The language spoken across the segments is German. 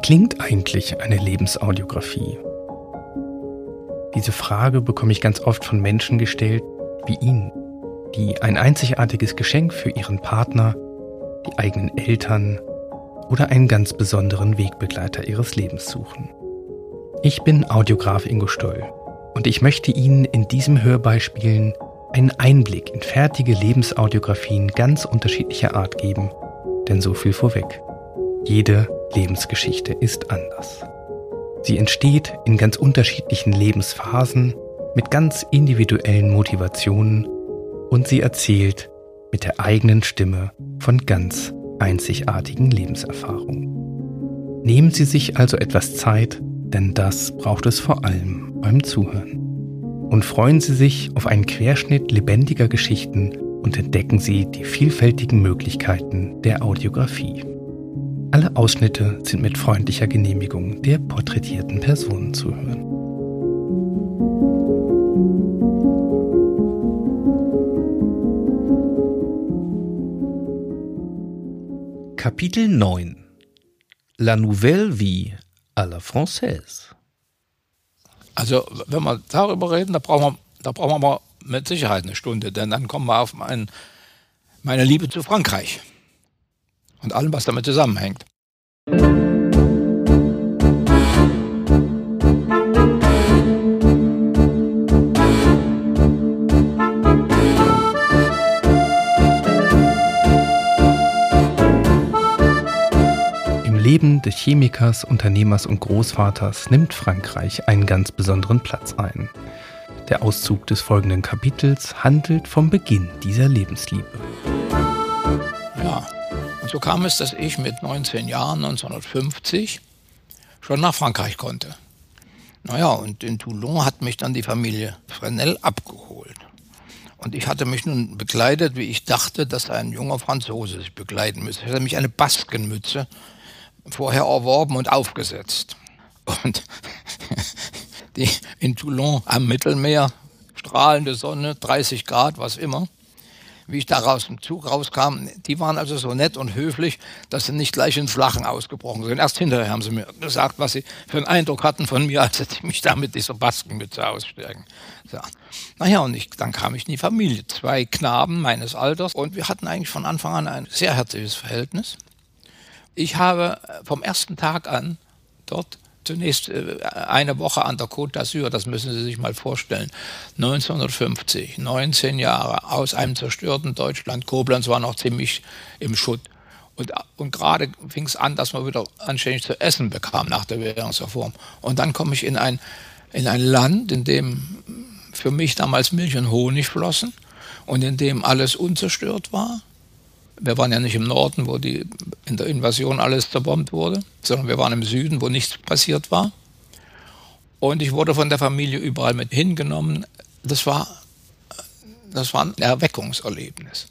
klingt eigentlich eine Lebensaudiografie? Diese Frage bekomme ich ganz oft von Menschen gestellt wie Ihnen, die ein einzigartiges Geschenk für ihren Partner, die eigenen Eltern oder einen ganz besonderen Wegbegleiter ihres Lebens suchen. Ich bin Audiograf Ingo Stoll und ich möchte Ihnen in diesem Hörbeispielen einen Einblick in fertige Lebensaudiografien ganz unterschiedlicher Art geben, denn so viel vorweg. Jede Lebensgeschichte ist anders. Sie entsteht in ganz unterschiedlichen Lebensphasen mit ganz individuellen Motivationen und sie erzählt mit der eigenen Stimme von ganz einzigartigen Lebenserfahrungen. Nehmen Sie sich also etwas Zeit, denn das braucht es vor allem beim Zuhören. Und freuen Sie sich auf einen Querschnitt lebendiger Geschichten und entdecken Sie die vielfältigen Möglichkeiten der Audiografie. Alle Ausschnitte sind mit freundlicher Genehmigung der porträtierten Personen zu hören. Kapitel 9 La Nouvelle Vie à la Française. Also, wenn wir darüber reden, da brauchen wir mal mit Sicherheit eine Stunde, denn dann kommen wir auf meine Liebe zu Frankreich und allem, was damit zusammenhängt. Im Leben des Chemikers, Unternehmers und Großvaters nimmt Frankreich einen ganz besonderen Platz ein. Der Auszug des folgenden Kapitels handelt vom Beginn dieser Lebensliebe. Ja, und so kam es, dass ich mit 19 Jahren 1950 schon nach Frankreich konnte. Naja, und in Toulon hat mich dann die Familie Fresnel abgeholt. Und ich hatte mich nun bekleidet, wie ich dachte, dass ein junger Franzose sich bekleiden müsste. Ich hatte mich eine Baskenmütze vorher erworben und aufgesetzt. Und die in Toulon am Mittelmeer, strahlende Sonne, 30 Grad, was immer. Wie ich da aus dem Zug rauskam, die waren also so nett und höflich, dass sie nicht gleich ins Lachen ausgebrochen sind. Erst hinterher haben sie mir gesagt, was sie für einen Eindruck hatten von mir, als sie mich da mit dieser Baskenmütze aussteigen. So. Naja, und dann kam ich in die Familie. 2 Knaben meines Alters und wir hatten eigentlich von Anfang an ein sehr herzliches Verhältnis. Ich habe vom ersten Tag an dort zunächst eine Woche an der Côte d'Azur, das müssen Sie sich mal vorstellen, 1950, 19 Jahre, aus einem zerstörten Deutschland. Koblenz war noch ziemlich im Schutt. Und gerade fing es an, dass man wieder anständig zu essen bekam nach der Währungsreform. Und dann komme ich in ein Land, in dem für mich damals Milch und Honig flossen und in dem alles unzerstört war. Wir waren ja nicht im Norden, wo in der Invasion alles zerbombt wurde, sondern wir waren im Süden, wo nichts passiert war. Und ich wurde von der Familie überall mit hingenommen. Das war ein Erweckungserlebnis.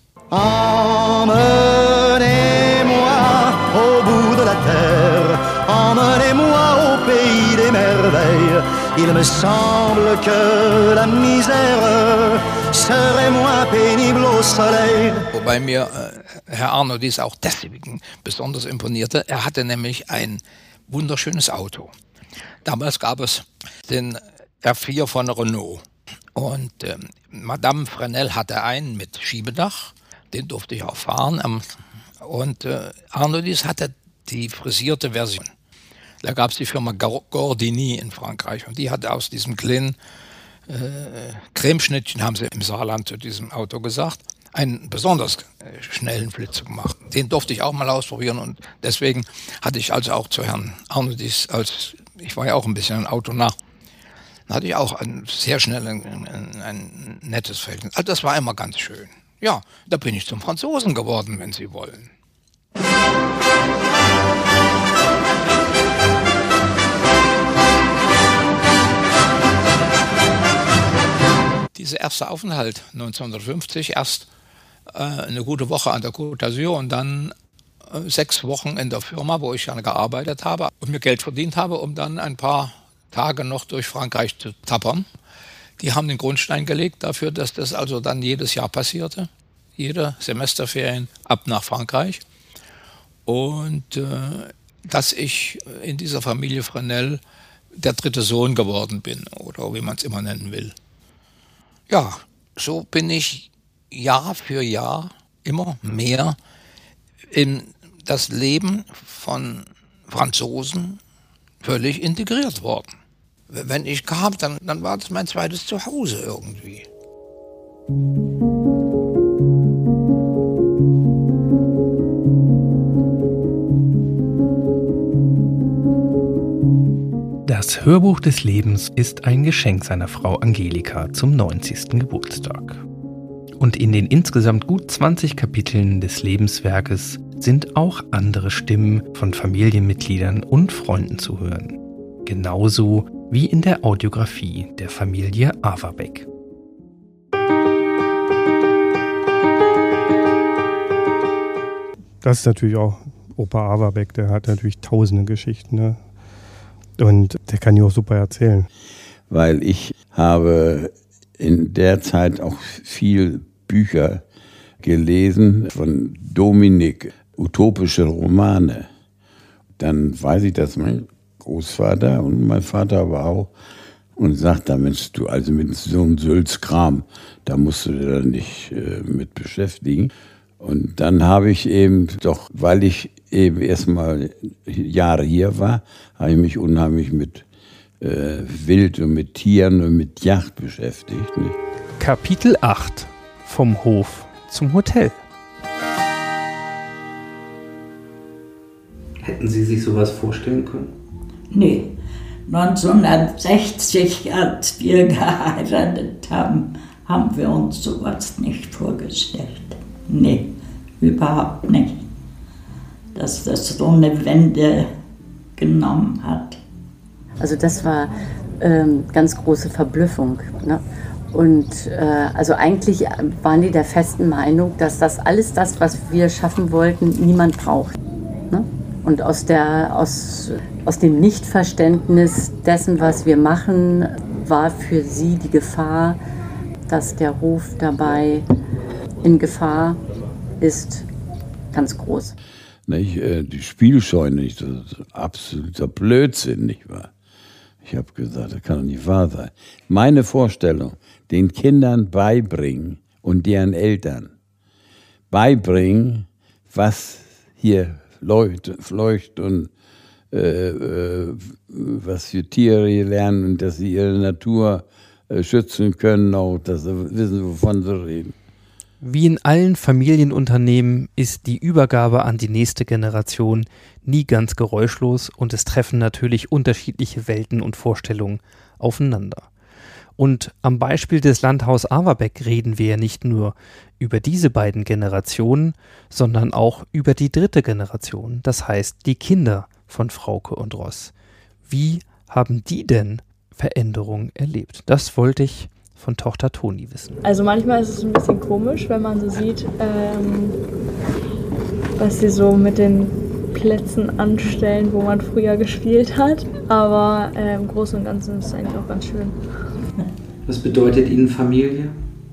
Emmenez-moi au bout de la terre, emmenez-moi au pays des merveilles. Il me semble que la misère serait moins pénible au soleil. Wobei mir Herr Arnaud dies auch deswegen besonders imponierte. Er hatte nämlich ein wunderschönes Auto. Damals gab es den R4 von Renault. Und Madame Fresnel hatte einen mit Schiebedach. Den durfte ich auch fahren. Und Arnaud dies hatte die frisierte Version. Da gab es die Firma Gordini in Frankreich. Und die hatte aus diesem kleinen Cremeschnittchen, haben sie im Saarland zu diesem Auto gesagt, einen besonders schnellen Flitzer gemacht. Den durfte ich auch mal ausprobieren und deswegen hatte ich also auch zu Herrn Arnaud dies ich war ja auch ein bisschen ein Autonah, da hatte ich auch sehr schnell ein nettes Verhältnis. Also das war immer ganz schön. Ja, da bin ich zum Franzosen geworden, wenn Sie wollen. Dieser erste Aufenthalt 1950, erst eine gute Woche an der Côte d'Azur und dann 6 Wochen in der Firma, wo ich dann gearbeitet habe und mir Geld verdient habe, um dann ein paar Tage noch durch Frankreich zu tappern. Die haben den Grundstein gelegt dafür, dass das also dann jedes Jahr passierte. Jede Semesterferien ab nach Frankreich. Und dass ich in dieser Familie Fresnel der dritte Sohn geworden bin oder wie man es immer nennen will. Ja, so bin ich Jahr für Jahr immer mehr in das Leben von Franzosen völlig integriert worden. Wenn ich kam, dann war das mein zweites Zuhause irgendwie. Das Hörbuch des Lebens ist ein Geschenk seiner Frau Angelika zum 90. Geburtstag. Und in den insgesamt gut 20 Kapiteln des Lebenswerkes sind auch andere Stimmen von Familienmitgliedern und Freunden zu hören. Genauso wie in der Audiografie der Familie Averbeck. Das ist natürlich auch Opa Averbeck, der hat natürlich tausende Geschichten, ne? Und der kann die auch super erzählen. Weil ich habe in der Zeit auch viel Bücher gelesen von Dominik, utopische Romane. Dann weiß ich, dass mein Großvater und mein Vater aber auch und sagt, da Mensch, du also mit so einem Sülzkram, da musst du dich da nicht mit beschäftigen. Und dann habe ich eben doch, weil ich eben erstmal Jahre hier war, habe ich mich unheimlich mit Wild und mit Tieren und mit Jagd beschäftigt. Nicht? Kapitel 8: Vom Hof zum Hotel. Hätten Sie sich sowas vorstellen können? Nee, 1960, als wir geheiratet haben, haben wir uns sowas nicht vorgestellt. Nee, überhaupt nicht. Dass das so eine Wende genommen hat. Also das war ganz große Verblüffung. Ne? Und also eigentlich waren die der festen Meinung, dass das alles das, was wir schaffen wollten, niemand braucht. Ne? Und aus dem Nichtverständnis dessen, was wir machen, war für sie die Gefahr, dass der Hof dabei in Gefahr ist, ganz groß. Nicht, die Spielscheune, nicht, das ist absoluter Blödsinn, nicht wahr? Ich habe gesagt, das kann doch nicht wahr sein. Meine Vorstellung, den Kindern beibringen und deren Eltern beibringen, was hier fleucht und was für Tiere hier lernen und dass sie ihre Natur schützen können, auch dass sie wissen, wovon sie reden. Wie in allen Familienunternehmen ist die Übergabe an die nächste Generation nie ganz geräuschlos und es treffen natürlich unterschiedliche Welten und Vorstellungen aufeinander. Und am Beispiel des Landhaus Averbeck reden wir ja nicht nur über diese beiden Generationen, sondern auch über die dritte Generation, das heißt die Kinder von Frauke und Ross. Wie haben die denn Veränderungen erlebt? Das wollte ich von Tochter Toni wissen. Also manchmal ist es ein bisschen komisch, wenn man so sieht, was sie so mit den Plätzen anstellen, wo man früher gespielt hat. Aber im Großen und Ganzen ist es eigentlich auch ganz schön. Was bedeutet Ihnen Familie?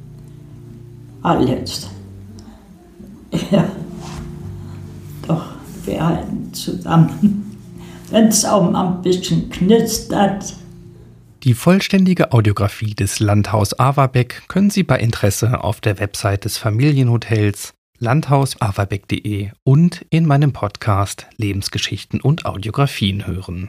Alles. Ja, doch, wir halten zusammen. Wenn es auch mal ein bisschen knistert. Die vollständige Audiografie des Landhaus Averbeck können Sie bei Interesse auf der Website des Familienhotels landhausaverbeck.de und in meinem Podcast Lebensgeschichten und Audiografien hören.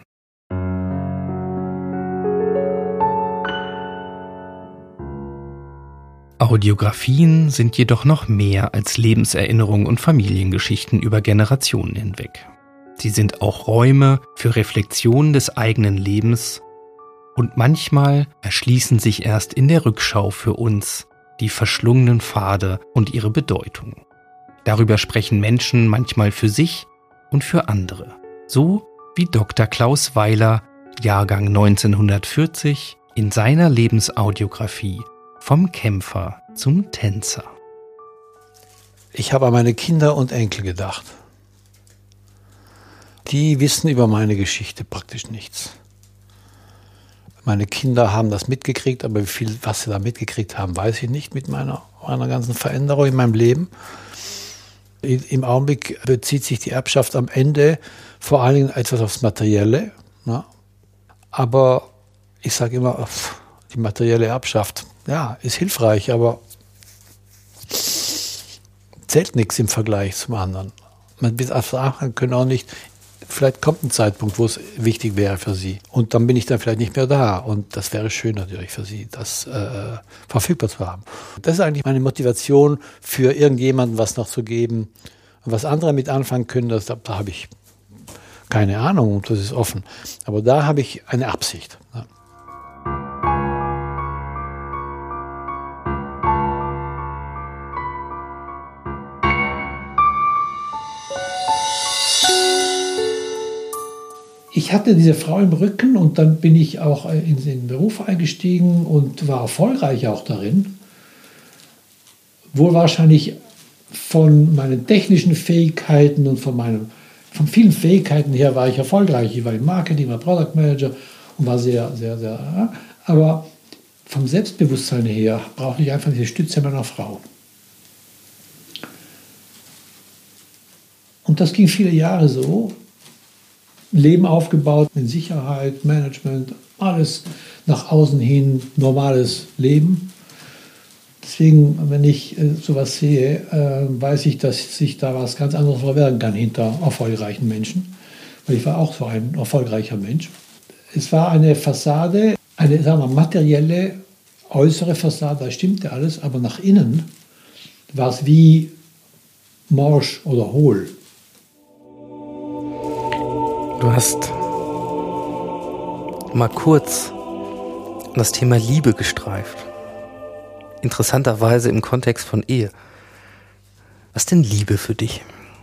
Audiografien sind jedoch noch mehr als Lebenserinnerungen und Familiengeschichten über Generationen hinweg. Sie sind auch Räume für Reflexion des eigenen Lebens und manchmal erschließen sich erst in der Rückschau für uns die verschlungenen Pfade und ihre Bedeutung. Darüber sprechen Menschen manchmal für sich und für andere. So wie Dr. Klaus Weiler, Jahrgang 1940, in seiner Lebensaudiografie Vom Kämpfer zum Tänzer. Ich habe an meine Kinder und Enkel gedacht. Die wissen über meine Geschichte praktisch nichts. Meine Kinder haben das mitgekriegt, aber was sie da mitgekriegt haben, weiß ich nicht mit meiner ganzen Veränderung in meinem Leben. Im Augenblick bezieht sich die Erbschaft am Ende vor allen Dingen etwas aufs Materielle. Ne? Aber ich sage immer, die materielle Erbschaft, ja, ist hilfreich, aber zählt nichts im Vergleich zum anderen. Man wird sagen können auch nicht, vielleicht kommt ein Zeitpunkt, wo es wichtig wäre für Sie. Und dann bin ich dann vielleicht nicht mehr da. Und das wäre schön natürlich für Sie, das verfügbar zu haben. Das ist eigentlich meine Motivation, für irgendjemanden was noch zu geben. Und was andere mit anfangen können, da habe ich keine Ahnung, das ist offen. Aber da habe ich eine Absicht. Ja. Ich hatte diese Frau im Rücken und dann bin ich auch in den Beruf eingestiegen und war erfolgreich auch darin. Wohl wahrscheinlich von meinen technischen Fähigkeiten und von vielen Fähigkeiten her war ich erfolgreich. Ich war im Marketing, war Product Manager und war sehr, sehr, sehr. Aber vom Selbstbewusstsein her brauchte ich einfach diese Stütze meiner Frau. Und das ging viele Jahre so. Leben aufgebaut, in Sicherheit, Management, alles nach außen hin, normales Leben. Deswegen, wenn ich sowas sehe, weiß ich, dass sich da was ganz anderes verbergen kann hinter erfolgreichen Menschen. Weil ich war auch so ein erfolgreicher Mensch. Es war eine Fassade, eine, sagen wir, materielle, äußere Fassade, da stimmte alles, aber nach innen war es wie morsch oder hohl. Du hast mal kurz das Thema Liebe gestreift. Interessanterweise im Kontext von Ehe. Was ist denn Liebe für dich?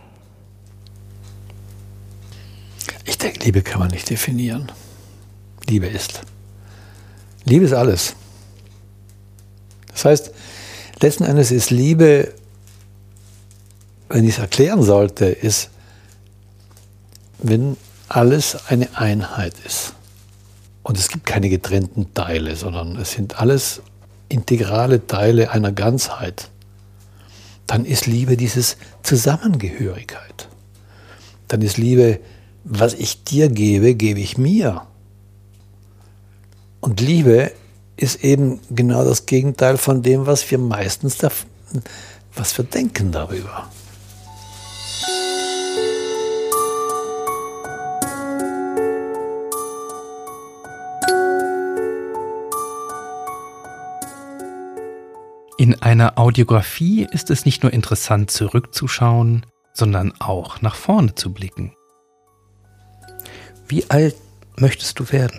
Ich denke, Liebe kann man nicht definieren. Liebe ist. Liebe ist alles. Das heißt, letzten Endes ist Liebe, wenn ich es erklären sollte, ist, wenn alles eine Einheit ist. Und es gibt keine getrennten Teile, sondern es sind alles integrale Teile einer Ganzheit. Dann ist Liebe dieses Zusammengehörigkeit. Dann ist Liebe, was ich dir gebe, gebe ich mir. Und Liebe ist eben genau das Gegenteil von dem, was wir meistens was wir denken darüber. In einer Audiografie ist es nicht nur interessant zurückzuschauen, sondern auch nach vorne zu blicken. Wie alt möchtest du werden?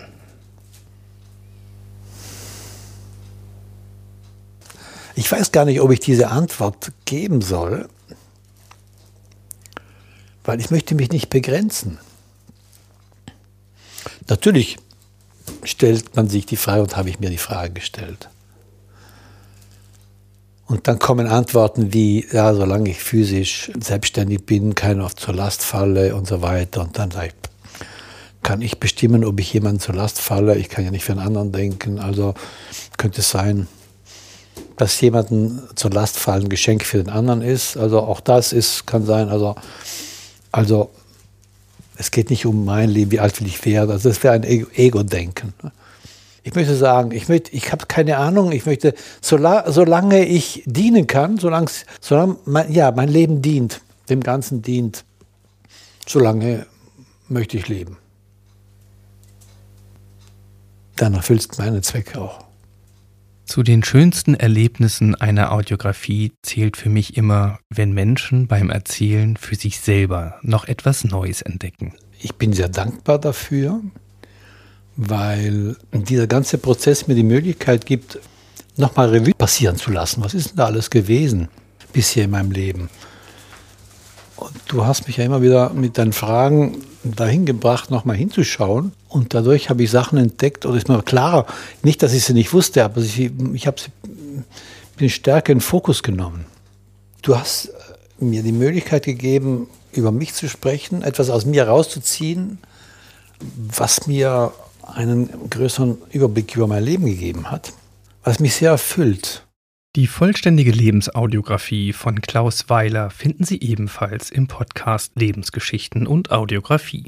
Ich weiß gar nicht, ob ich diese Antwort geben soll, weil ich möchte mich nicht begrenzen. Natürlich stellt man sich die Frage, und habe ich mir die Frage gestellt. Und dann kommen Antworten wie, ja, solange ich physisch selbstständig bin, keiner zur Last falle und so weiter. Und dann sage ich, kann ich bestimmen, ob ich jemandem zur Last falle? Ich kann ja nicht für einen anderen denken. Also könnte es sein, dass jemandem zur Last fallen ein Geschenk für den anderen ist. Also auch das kann sein. Also es geht nicht um mein Leben, wie alt will ich werden. Also das wäre ein Ego-Denken. Ich möchte sagen, ich habe keine Ahnung, ich möchte, solange ich dienen kann, solange mein Leben dient, dem Ganzen dient, solange möchte ich leben. Dann erfüllst du meinen Zweck auch. Zu den schönsten Erlebnissen einer Audiografie zählt für mich immer, wenn Menschen beim Erzählen für sich selber noch etwas Neues entdecken. Ich bin sehr dankbar dafür, weil dieser ganze Prozess mir die Möglichkeit gibt, nochmal Revue passieren zu lassen. Was ist denn da alles gewesen bisher in meinem Leben? Und du hast mich ja immer wieder mit deinen Fragen dahin gebracht, nochmal hinzuschauen. Und dadurch habe ich Sachen entdeckt, oder ist mir klarer, nicht, dass ich sie nicht wusste, aber ich habe sie bin stärker in den Fokus genommen. Du hast mir die Möglichkeit gegeben, über mich zu sprechen, etwas aus mir rauszuziehen, was mir einen größeren Überblick über mein Leben gegeben hat, was mich sehr erfüllt. Die vollständige Lebensaudiografie von Klaus Weiler finden Sie ebenfalls im Podcast Lebensgeschichten und Audiografie.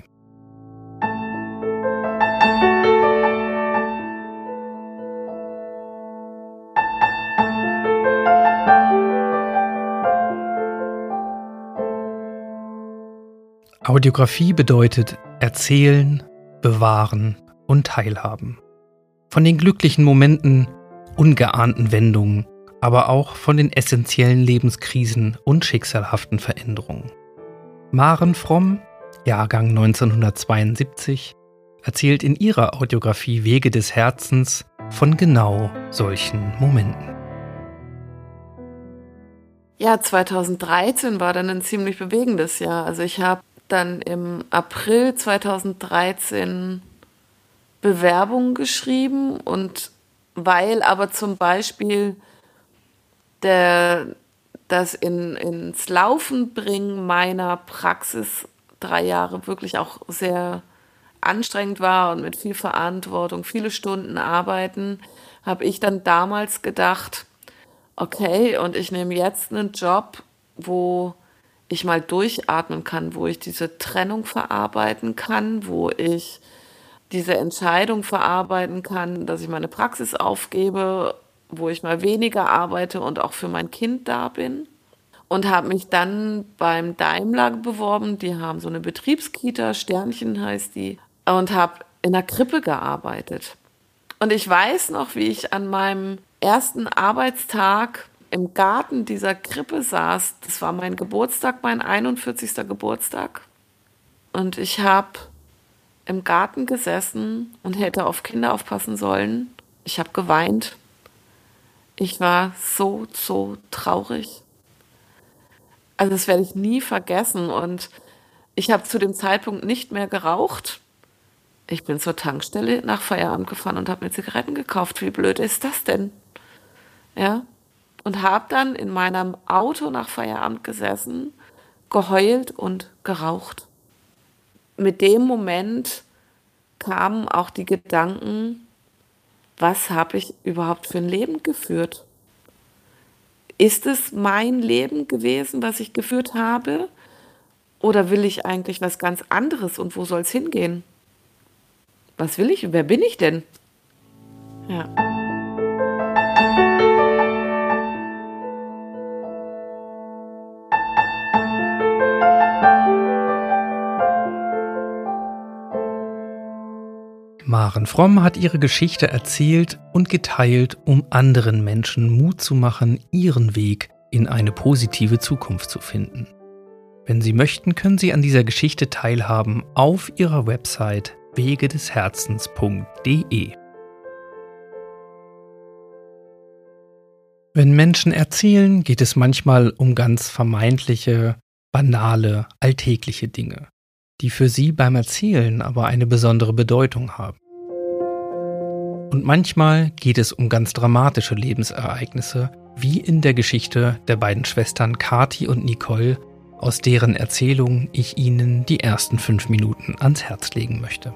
Audiografie bedeutet erzählen, bewahren und teilhaben. Von den glücklichen Momenten, ungeahnten Wendungen, aber auch von den essentiellen Lebenskrisen und schicksalhaften Veränderungen. Maren Fromm, Jahrgang 1972, erzählt in ihrer Audiografie Wege des Herzens von genau solchen Momenten. Ja, 2013 war dann ein ziemlich bewegendes Jahr. Also ich habe dann im April 2013 Bewerbungen geschrieben und weil aber zum Beispiel das ins Laufen bringen meiner Praxis 3 Jahre wirklich auch sehr anstrengend war und mit viel Verantwortung, viele Stunden arbeiten, habe ich dann damals gedacht, okay, und ich nehme jetzt einen Job, wo ich mal durchatmen kann, wo ich diese Trennung verarbeiten kann, wo ich diese Entscheidung verarbeiten kann, dass ich meine Praxis aufgebe, wo ich mal weniger arbeite und auch für mein Kind da bin. Und habe mich dann beim Daimler beworben, die haben so eine Betriebskita, Sternchen heißt die, und habe in der Krippe gearbeitet. Und ich weiß noch, wie ich an meinem ersten Arbeitstag im Garten dieser Krippe saß. Das war mein Geburtstag, mein 41. Geburtstag. Und ich habe im Garten gesessen und hätte auf Kinder aufpassen sollen. Ich habe geweint. Ich war so traurig. Also das werde ich nie vergessen. Und ich habe zu dem Zeitpunkt nicht mehr geraucht. Ich bin zur Tankstelle nach Feierabend gefahren und habe mir Zigaretten gekauft. Wie blöd ist das denn? Ja. Und habe dann in meinem Auto nach Feierabend gesessen, geheult und geraucht. Mit dem Moment kamen auch die Gedanken, was habe ich überhaupt für ein Leben geführt? Ist es mein Leben gewesen, was ich geführt habe? Oder will ich eigentlich was ganz anderes und wo soll es hingehen? Was will ich? Wer bin ich denn? Ja. Maren Fromm hat ihre Geschichte erzählt und geteilt, um anderen Menschen Mut zu machen, ihren Weg in eine positive Zukunft zu finden. Wenn Sie möchten, können Sie an dieser Geschichte teilhaben auf ihrer Website wegedesherzens.de. Wenn Menschen erzählen, geht es manchmal um ganz vermeintliche, banale, alltägliche Dinge, die für sie beim Erzählen aber eine besondere Bedeutung haben. Und manchmal geht es um ganz dramatische Lebensereignisse, wie in der Geschichte der beiden Schwestern Kathi und Nicole, aus deren Erzählung ich Ihnen die ersten 5 Minuten ans Herz legen möchte.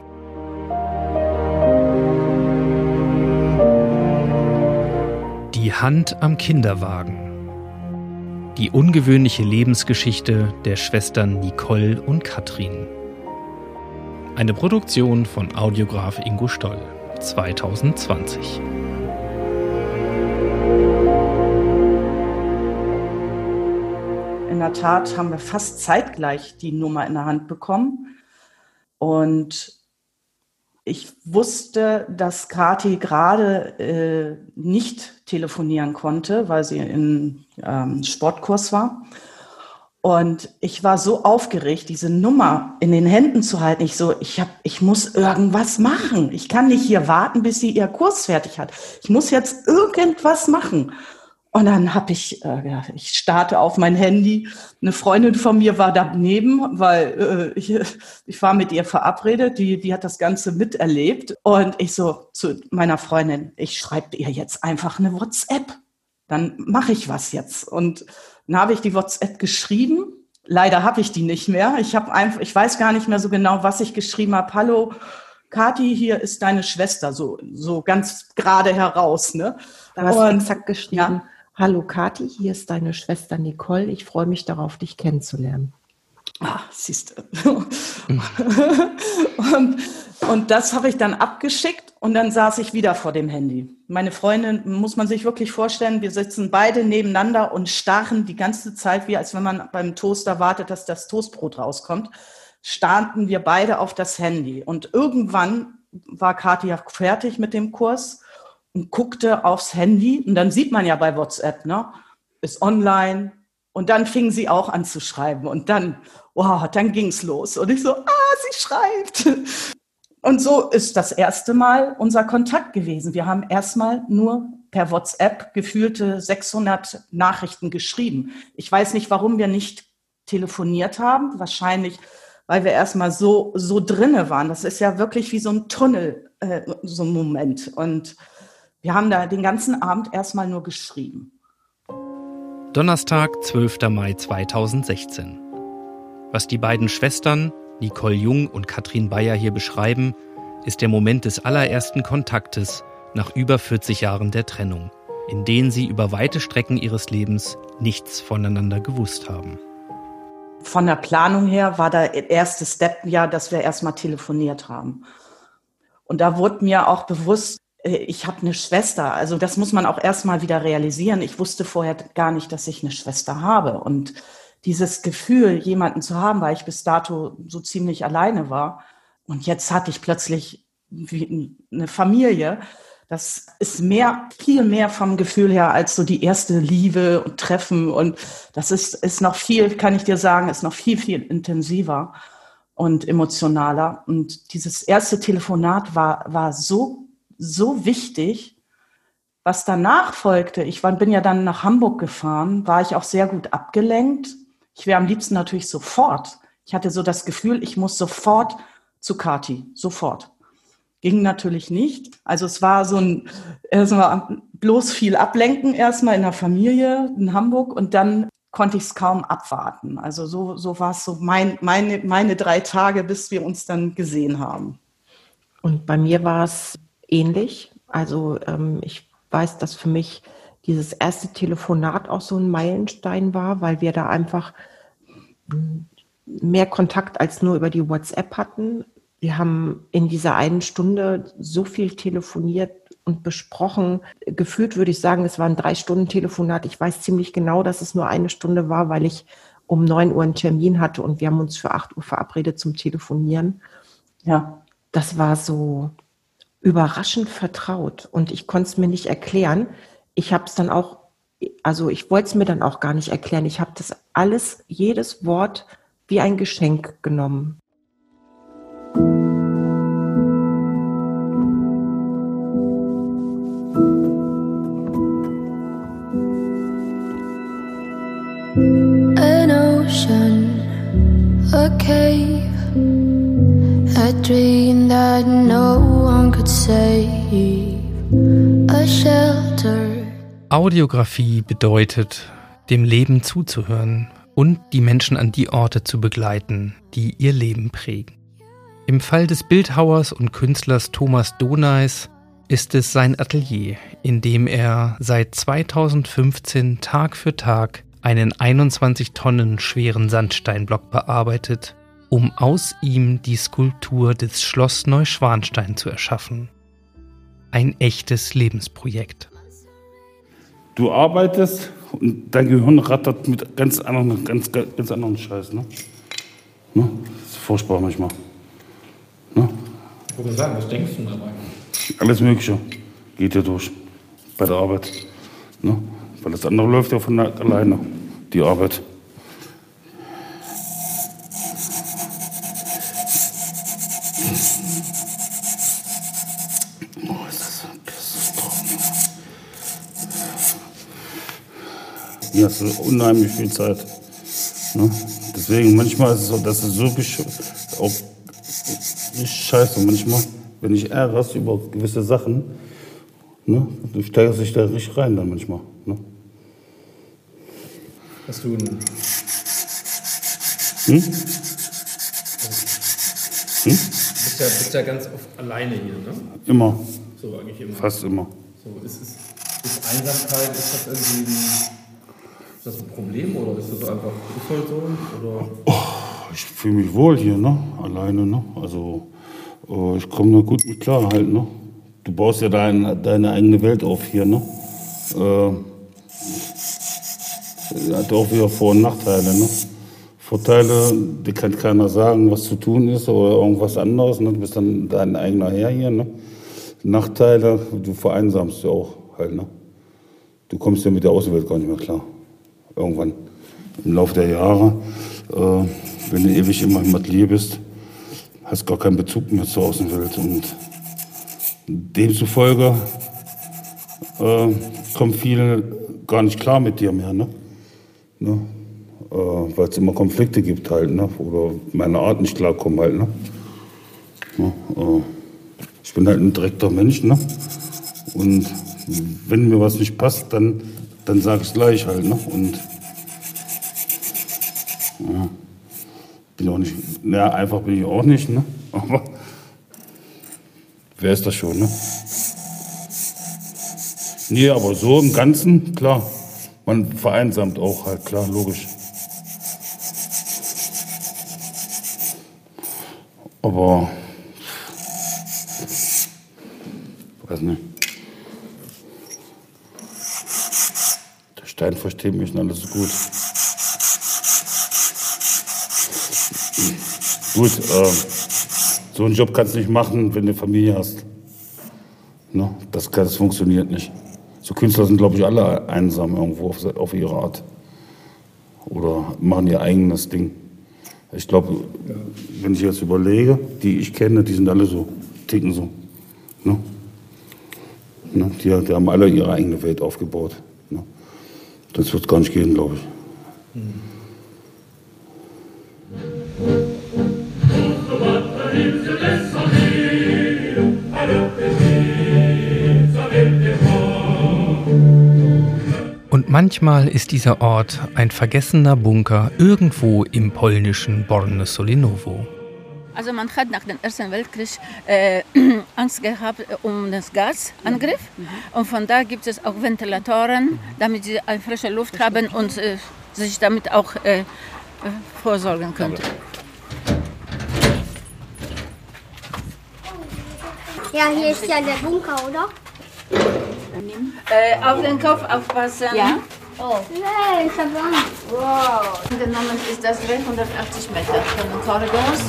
Die Hand am Kinderwagen. Die ungewöhnliche Lebensgeschichte der Schwestern Nicole und Katrin. Eine Produktion von Audiograf Ingo Stoll, 2020. In der Tat haben wir fast zeitgleich die Nummer in der Hand bekommen. Und ich wusste, dass Kathi gerade nicht telefonieren konnte, weil sie im Sportkurs war. Und ich war so aufgeregt, diese Nummer in den Händen zu halten. Ich muss irgendwas machen. Ich kann nicht hier warten, bis sie ihr Kurs fertig hat. Ich muss jetzt irgendwas machen. Und dann habe ich starte auf mein Handy. Eine Freundin von mir war daneben, weil ich war mit ihr verabredet. Die hat das Ganze miterlebt. Und ich so zu meiner Freundin, ich schreibe ihr jetzt einfach eine WhatsApp. Dann mache ich was jetzt. Und dann habe ich die WhatsApp geschrieben. Leider habe ich die nicht mehr. Ich weiß gar nicht mehr so genau, was ich geschrieben habe. Hallo, Kathi, hier ist deine Schwester. So ganz gerade heraus. Ne? Da hast du exakt geschrieben. Ja, Hallo Kathi, hier ist deine Schwester Nicole. Ich freue mich darauf, dich kennenzulernen. Ah, siehst du. Und das habe ich dann abgeschickt und dann saß ich wieder vor dem Handy. Meine Freundin, muss man sich wirklich vorstellen, wir sitzen beide nebeneinander und starren die ganze Zeit, wie als wenn man beim Toaster wartet, dass das Toastbrot rauskommt, starrten wir beide auf das Handy. Und irgendwann war Kathi ja fertig mit dem Kurs und guckte aufs Handy. Und dann sieht man ja bei WhatsApp, ne, ist online. Und dann fing sie auch an zu schreiben. Und dann, wow, dann ging's los. Und ich so, sie schreibt. Und so ist das erste Mal unser Kontakt gewesen. Wir haben erstmal nur per WhatsApp gefühlte 600 Nachrichten geschrieben. Ich weiß nicht, warum wir nicht telefoniert haben. Wahrscheinlich, weil wir erstmal so drinne waren. Das ist ja wirklich wie so ein Tunnel, so ein Moment. Und wir haben da den ganzen Abend erstmal nur geschrieben. Donnerstag, 12. Mai 2016. Was die beiden Schwestern, Nicole Jung und Katrin Bayer, hier beschreiben, ist der Moment des allerersten Kontaktes nach über 40 Jahren der Trennung, in denen sie über weite Strecken ihres Lebens nichts voneinander gewusst haben. Von der Planung her war der erste Step ja, dass wir erstmal telefoniert haben. Und da wurde mir auch bewusst, ich habe eine Schwester. Also das muss man auch erstmal wieder realisieren. Ich wusste vorher gar nicht, dass ich eine Schwester habe. Und dieses Gefühl, jemanden zu haben, weil ich bis dato so ziemlich alleine war. Und jetzt hatte ich plötzlich eine Familie. Das ist viel mehr vom Gefühl her als so die erste Liebe und Treffen. Und das ist noch viel, kann ich dir sagen, ist noch viel, viel intensiver und emotionaler. Und dieses erste Telefonat war so wichtig. Was danach folgte, bin ja dann nach Hamburg gefahren, war ich auch sehr gut abgelenkt. Ich wäre am liebsten natürlich sofort. Ich hatte so das Gefühl, ich muss sofort zu Kathi, sofort. Ging natürlich nicht. Also es war erstmal bloß viel Ablenken erstmal in der Familie in Hamburg und dann konnte ich es kaum abwarten. Also so war es so meine 3 Tage, bis wir uns dann gesehen haben. Und bei mir war es ähnlich. Also ich weiß, dass für mich dieses erste Telefonat auch so ein Meilenstein war, weil wir da einfach mehr Kontakt als nur über die WhatsApp hatten. Wir haben in dieser einen Stunde so viel telefoniert und besprochen. Gefühlt würde ich sagen, es war ein 3-Stunden-Telefonat. Ich weiß ziemlich genau, dass es nur 1 Stunde war, weil ich um 9 Uhr einen Termin hatte und wir haben uns für 8 Uhr verabredet zum Telefonieren. Ja. Das war so überraschend vertraut und ich konnte es mir nicht erklären. Ich habe es dann auch, also ich wollte es mir dann auch gar nicht erklären. Ich habe das alles, jedes Wort wie ein Geschenk genommen. An ocean, a cave, a dream that no one could save, a shelter. Audiografie bedeutet, dem Leben zuzuhören und die Menschen an die Orte zu begleiten, die ihr Leben prägen. Im Fall des Bildhauers und Künstlers Thomas Doneis ist es sein Atelier, in dem er seit 2015 Tag für Tag einen 21 Tonnen schweren Sandsteinblock bearbeitet, um aus ihm die Skulptur des Schloss Neuschwanstein zu erschaffen. Ein echtes Lebensprojekt. Du arbeitest und dein Gehirn rattert mit ganz anderen Scheiß. Ne? Das ist furchtbar manchmal. Ne? Ich wollte sagen, was denkst du dabei? Alles Mögliche geht hier durch bei der Arbeit. Ne? Weil das andere läuft ja von alleine, die Arbeit. Oh, ist das trocken. Hier hast du unheimlich viel Zeit. Ne? Deswegen, manchmal ist es so, dass es so auch nicht scheiße. Manchmal, wenn ich ärgerst über gewisse Sachen, ne, du steigerst dich da richtig rein dann manchmal. Ne? Hast du einen... Du bist ja ganz oft alleine hier, ne? Immer. So, eigentlich immer. Fast immer. So, ist Einsamkeit, ist das ein Problem oder ist das einfach, ist halt so? Oder? Ich fühle mich wohl hier, ne? Alleine, ne? Also ich komme da gut mit klar halt, ne? Du baust ja deine eigene Welt auf hier, ne? Hat auch wieder Vor- und Nachteile, ne? Vorteile, dir kann keiner sagen, was zu tun ist oder irgendwas anderes, ne? Du bist dann dein eigener Herr hier, ne? Nachteile, du vereinsamst ja auch halt, ne? Du kommst ja mit der Außenwelt gar nicht mehr klar. Irgendwann im Laufe der Jahre, wenn du ewig immer im Atelier bist, hast gar keinen Bezug mehr zur Außenwelt und demzufolge kommen viele gar nicht klar mit dir mehr, ne? Weil es immer Konflikte gibt halt, ne? Oder meine Art nicht klarkommen halt, ne? Ich bin halt ein direkter Mensch, ne? Und wenn mir was nicht passt, dann sage ich es gleich halt, ne? Und ja, bin auch nicht, na, einfach bin ich auch nicht, ne? Aber wer ist das schon, ne? Nee, aber so im Ganzen, klar. Man vereinsamt auch halt, klar, logisch. Aber weiß nicht. Der Stein versteht mich und alles ist gut. Gut, so einen Job kannst du nicht machen, wenn du eine Familie hast. Ne? Das funktioniert nicht. So Künstler sind, glaube ich, alle einsam irgendwo auf ihre Art. Oder machen ihr eigenes Ding. Ich glaube, wenn ich jetzt überlege, die ich kenne, die sind alle so, ticken so. Ne? Ne? Die haben alle ihre eigene Welt aufgebaut. Ne? Das wird gar nicht gehen, glaube ich. Und manchmal ist dieser Ort ein vergessener Bunker irgendwo im polnischen Borne Solinowo. Also man hat nach dem Ersten Weltkrieg Angst gehabt um den Gasangriff. Und von da gibt es auch Ventilatoren, damit sie eine frische Luft haben und sich damit auch vorsorgen können. Ja, hier ist ja der Bunker, oder? Auf den Kopf aufpassen. Ja. Oh. Nee, ich hab Angst. Wow. Genommen ist das 380 Meter von den Korridors.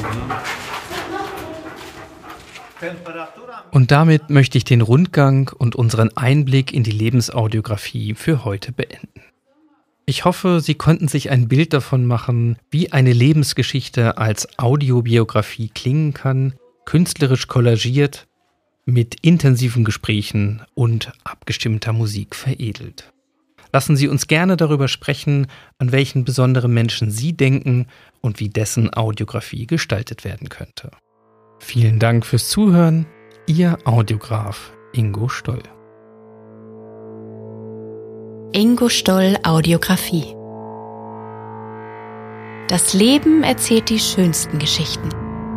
Und damit möchte ich den Rundgang und unseren Einblick in die Lebensaudiografie für heute beenden. Ich hoffe, Sie konnten sich ein Bild davon machen, wie eine Lebensgeschichte als Audiobiografie klingen kann, künstlerisch kollagiert, mit intensiven Gesprächen und abgestimmter Musik veredelt. Lassen Sie uns gerne darüber sprechen, an welchen besonderen Menschen Sie denken und wie dessen Audiografie gestaltet werden könnte. Vielen Dank fürs Zuhören, Ihr Audiograf Ingo Stoll. Ingo Stoll Audiografie. Das Leben erzählt die schönsten Geschichten.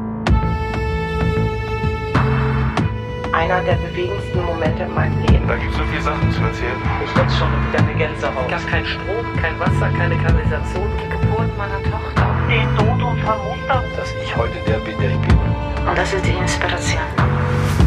Einer der bewegendsten Momente in meinem Leben. Da gibt es so viele Sachen zu erzählen. Ich hatte schon wieder eine Gänsehaut. Es gab keinen Strom, kein Wasser, keine Kanalisation. Die Geburt meiner Tochter. Den Tod unserer Mutter. Dass ich heute der bin, der ich bin. Und das ist die Inspiration.